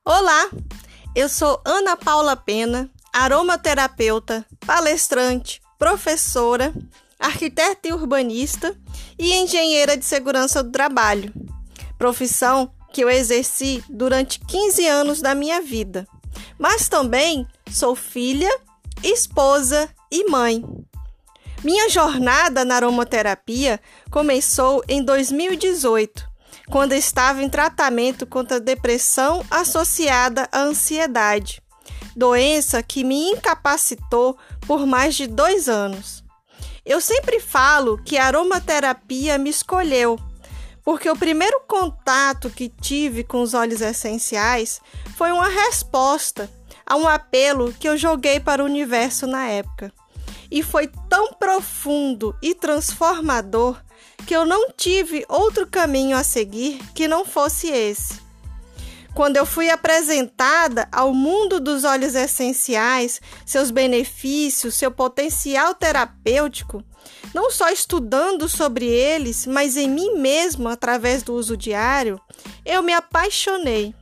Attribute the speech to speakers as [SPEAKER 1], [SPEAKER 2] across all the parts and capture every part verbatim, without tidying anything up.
[SPEAKER 1] Olá, eu sou Ana Paula Pena, aromaterapeuta, palestrante, professora, arquiteta e urbanista e engenheira de segurança do trabalho, profissão que eu exerci durante quinze anos da minha vida, mas também sou filha, esposa e mãe. Minha jornada na aromaterapia começou em dois mil e dezoito, quando estava em tratamento contra a depressão associada à ansiedade, doença que me incapacitou por mais de dois anos. Eu sempre falo que a aromaterapia me escolheu, porque o primeiro contato que tive com os óleos essenciais foi uma resposta a um apelo que eu joguei para o universo na época. E foi tão profundo e transformador que eu não tive outro caminho a seguir que não fosse esse. Quando eu fui apresentada ao mundo dos óleos essenciais, seus benefícios, seu potencial terapêutico, não só estudando sobre eles, mas em mim mesma através do uso diário, eu me apaixonei.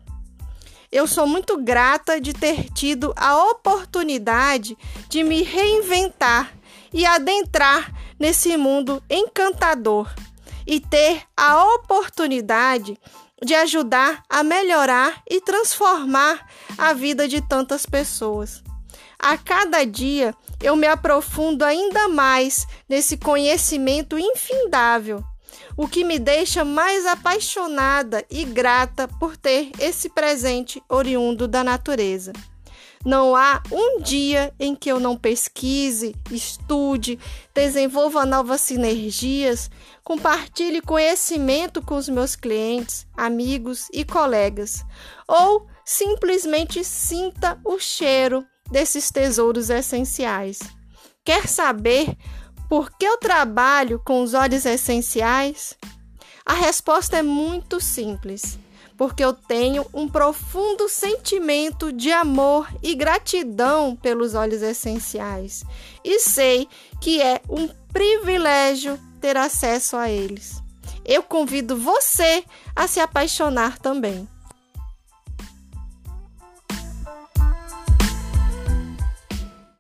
[SPEAKER 1] Eu sou muito grata de ter tido a oportunidade de me reinventar e adentrar nesse mundo encantador e ter a oportunidade de ajudar a melhorar e transformar a vida de tantas pessoas. A cada dia eu me aprofundo ainda mais nesse conhecimento infindável, o que me deixa mais apaixonada e grata por ter esse presente oriundo da natureza. Não há um dia em que eu não pesquise, estude, desenvolva novas sinergias, compartilhe conhecimento com os meus clientes, amigos e colegas, ou simplesmente sinta o cheiro desses tesouros essenciais. Quer saber por que eu trabalho com os óleos essenciais? A resposta é muito simples. Porque eu tenho um profundo sentimento de amor e gratidão pelos óleos essenciais e sei que é um privilégio ter acesso a eles. Eu convido você a se apaixonar também.